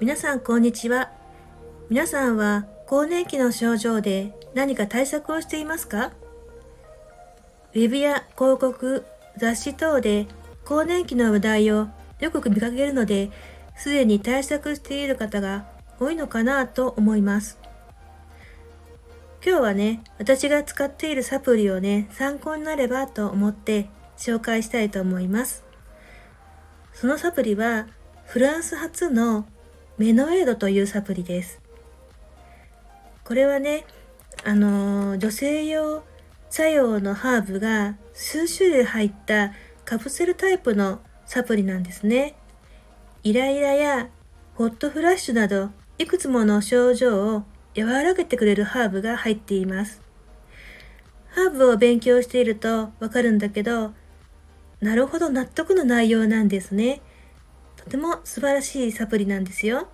皆さんこんにちは。皆さんは更年期の症状で何か対策をしていますか？ウェブや広告、雑誌等で更年期の話題をよく見かけるので、すでに対策している方が多いのかなと思います。今日はね、私が使っているサプリをね、参考になればと思って紹介したいと思います。そのサプリはフランス発のメノエードというサプリです。これはね、女性用作用のハーブが数種類入ったカプセルタイプのサプリなんですね。イライラやホットフラッシュなどいくつもの症状を和らげてくれるハーブが入っています。ハーブを勉強しているとわかるんだけど、なるほど納得の内容なんですね。とても素晴らしいサプリなんですよ。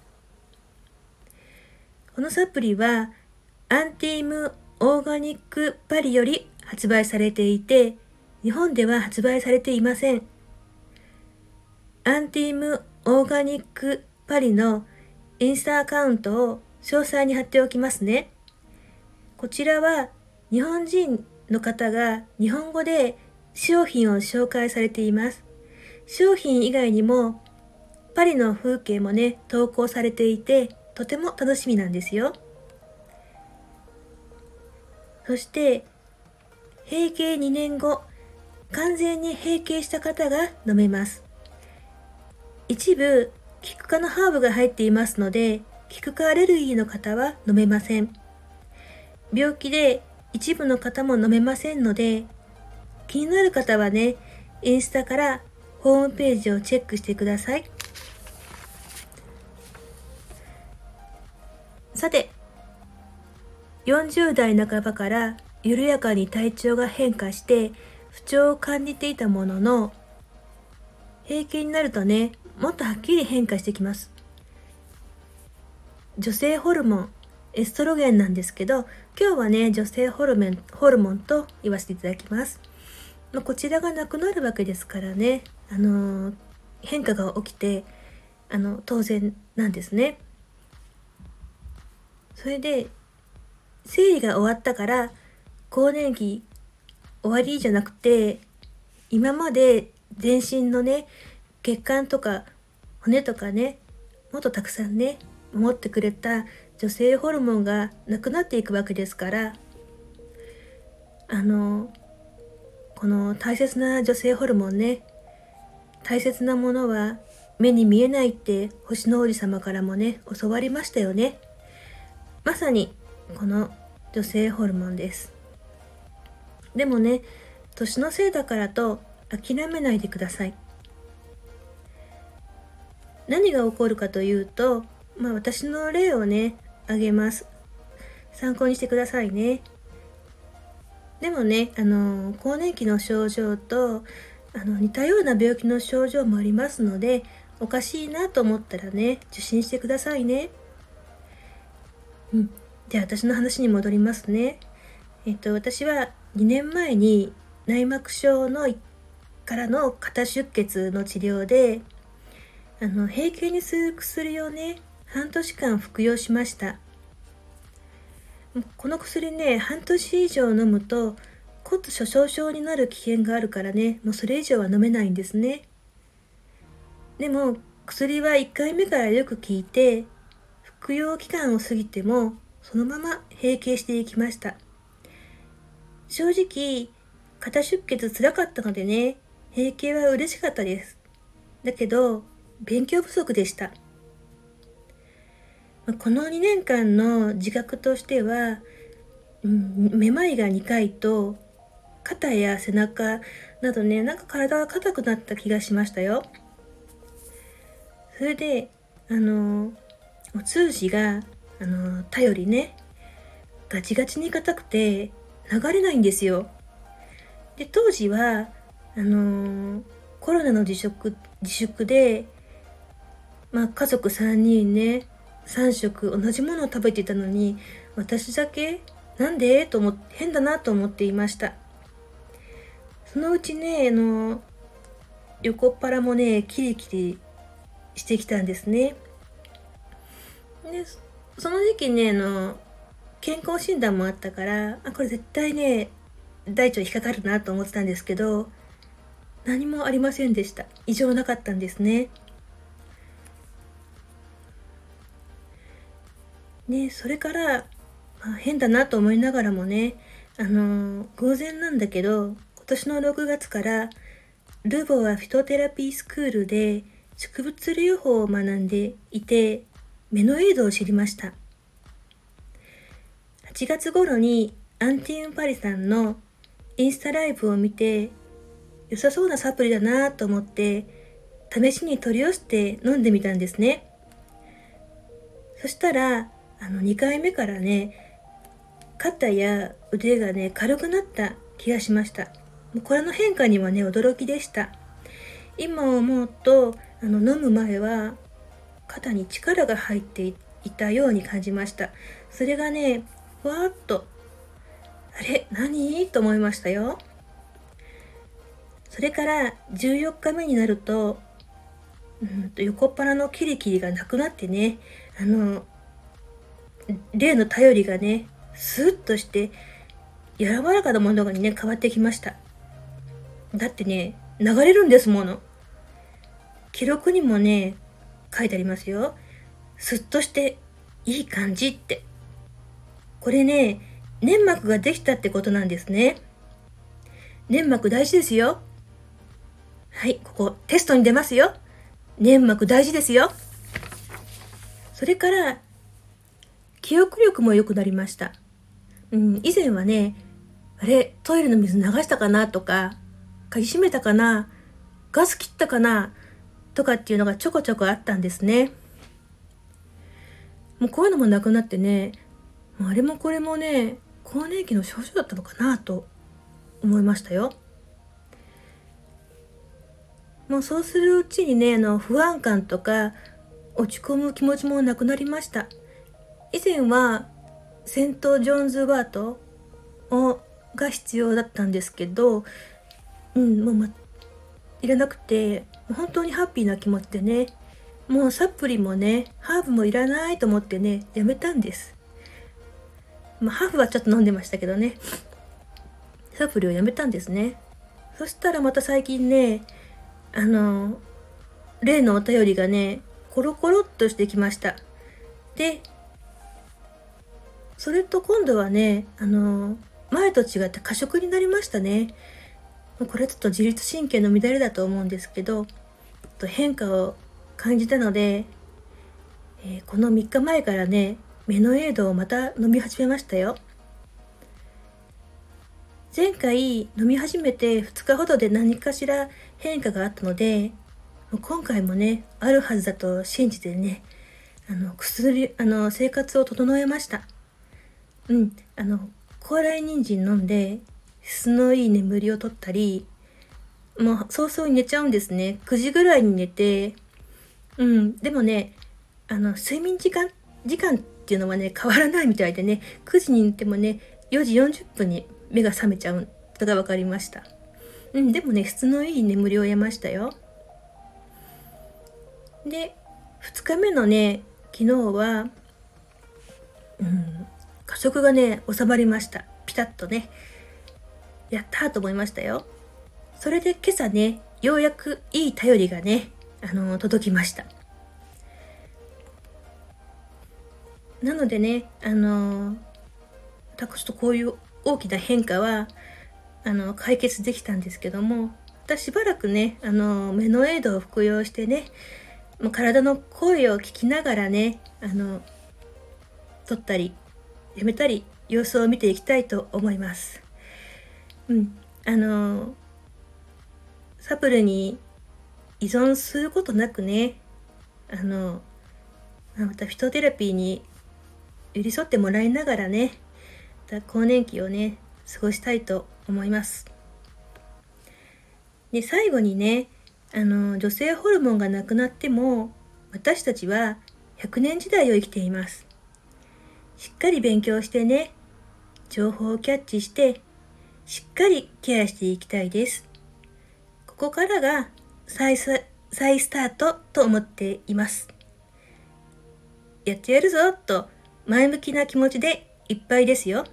このサプリはアンティムオーガニックパリより発売されていて、日本では発売されていません。アンティムオーガニックパリのインスタアカウントを詳細に貼っておきますね。こちらは日本人の方が日本語で商品を紹介されています。商品以外にもパリの風景もね、投稿されていて、とても楽しみなんですよ。そして、閉経2年後、完全に閉経した方が飲めます。一部、キク科のハーブが入っていますので、キク科アレルギーの方は飲めません。病気で一部の方も飲めませんので、気になる方はね、インスタからホームページをチェックしてください。さて、40代半ばから緩やかに体調が変化して不調を感じていたものの、閉経になるとね、もっとはっきり変化してきます。女性ホルモン、エストロゲンなんですけど、今日はね、女性ホルモンと言わせていただきます。こちらがなくなるわけですからね、変化が起きて、当然なんですね。それで、生理が終わったから更年期終わりじゃなくて、今まで全身のね、血管とか骨とかね、もっとたくさんね、守ってくれた女性ホルモンがなくなっていくわけですから、この大切な女性ホルモンね、大切なものは目に見えないって星の王子様からもね、教わりましたよね。まさにこの女性ホルモンです。でもね、年のせいだからと諦めないでください。何が起こるかというと、私の例をね、挙げます。参考にしてくださいね。でもね、更年期の症状と似たような病気の症状もありますので、おかしいなと思ったらね、受診してくださいね。じゃあ私の話に戻りますね。私は2年前に内膜症からの肩出血の治療で、閉経にする薬をね、半年間服用しました。この薬ね、半年以上飲むと骨粗しょう症になる危険があるからね、もうそれ以上は飲めないんですね。でも薬は1回目からよく効いて、服用期間を過ぎてもそのまま閉経していきました。正直肩出血つらかったのでね、閉経は嬉しかったです。だけど勉強不足でした。この2年間の自覚としては、めまいが2回と肩や背中などね、なんか体が硬くなった気がしましたよ。それでお通じが頼りね、ガチガチに硬くて流れないんですよ。で当時はコロナの自粛で、家族3人ね、3食同じものを食べていたのに、私だけなんでと思って変だなと思っていました。そのうちね、横っ腹もねキリキリしてきたんですね。 で、その時期ね、健康診断もあったから、これ絶対ね、大腸に引っかかるなと思ってたんですけど、何もありませんでした。異常なかったんですね。ね、それから、変だなと思いながらもね、偶然なんだけど、今年の6月から、ルボはフィトテラピースクールで植物療法を学んでいて、メノエイドを知りました。8月頃にアンティウンパリさんのインスタライブを見て、良さそうなサプリだなと思って、試しに取り寄せて飲んでみたんですね。そしたら、2回目からね、肩や腕がね、軽くなった気がしました。これの変化にはね、驚きでした。今思うと、飲む前は、肩に力が入っていたように感じました。それがね、ふわーっと、あれ何と思いましたよ。それから14日目になると、横っ腹のキリキリがなくなってね、例の頼りがね、スーッとして柔らかなものにね、変わってきました。だってね、流れるんですもの。記録にもね、書いてありますよ。スッとしていい感じって。これね、粘膜ができたってことなんですね。粘膜大事ですよ。はい、ここテストに出ますよ。粘膜大事ですよ。それから、記憶力も良くなりました。以前はね、あれ、トイレの水流したかなとか、鍵閉めたかな、ガス切ったかなとかっていうのがちょこちょこあったんですね。もうこういうのもなくなってね、あれもこれもね、更年期の症状だったのかなと思いましたよ。もうそうするうちにね、不安感とか落ち込む気持ちもなくなりました。以前はセント・ジョーンズ・ワートが必要だったんですけど、もう、いらなくて、本当にハッピーな気持ちでね、もうサプリもね、ハーブもいらないと思ってね、やめたんです。ハーブはちょっと飲んでましたけどね、サプリをやめたんですね。そしたらまた最近ね、例のお便りがね、コロコロっとしてきました。で、それと今度はね、前と違って過食になりましたね。これちょっと自律神経の乱れだと思うんですけど、変化を感じたので、この3日前からね、メノエイドをまた飲み始めましたよ。前回飲み始めて2日ほどで何かしら変化があったので、今回もね、あるはずだと信じてね、生活を整えました。高麗人参飲んで、質のいい眠りをとったり、もう早々に寝ちゃうんですね。9時ぐらいに寝て、でもね、睡眠時間っていうのはね、変わらないみたいでね、9時に寝てもね、4時40分に目が覚めちゃうことが分かりました。でもね、質のいい眠りを得ましたよ。で、2日目のね、昨日は、過食がね、収まりました。ピタッとね。やったーと思いましたよ。それで今朝ね、ようやくいい便りがね、届きました。なのでね、私とこういう大きな変化は、解決できたんですけども、私しばらくね、メノエイドを服用してね、もう体の声を聞きながらね、取ったり、やめたり、様子を見ていきたいと思います。サプリに依存することなくね、またフィトテラピーに寄り添ってもらいながらね、また更年期をね、過ごしたいと思います。で、最後にね、女性ホルモンがなくなっても、私たちは100年時代を生きています。しっかり勉強してね、情報をキャッチして、しっかりケアしていきたいです。ここからが再スタートと思っています。 やってやるぞと前向きな気持ちでいっぱいですよ。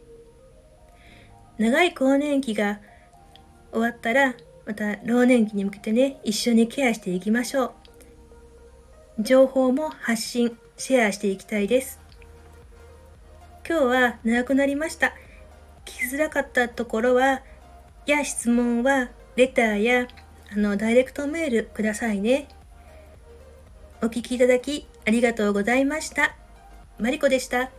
長い更年期が終わったら、また老年期に向けてね、一緒にケアしていきましょう。情報も発信、シェアしていきたいです。今日は長くなりました。聞きづらかったところは、質問はレターやダイレクトメールくださいね。お聞きいただきありがとうございました。マリコでした。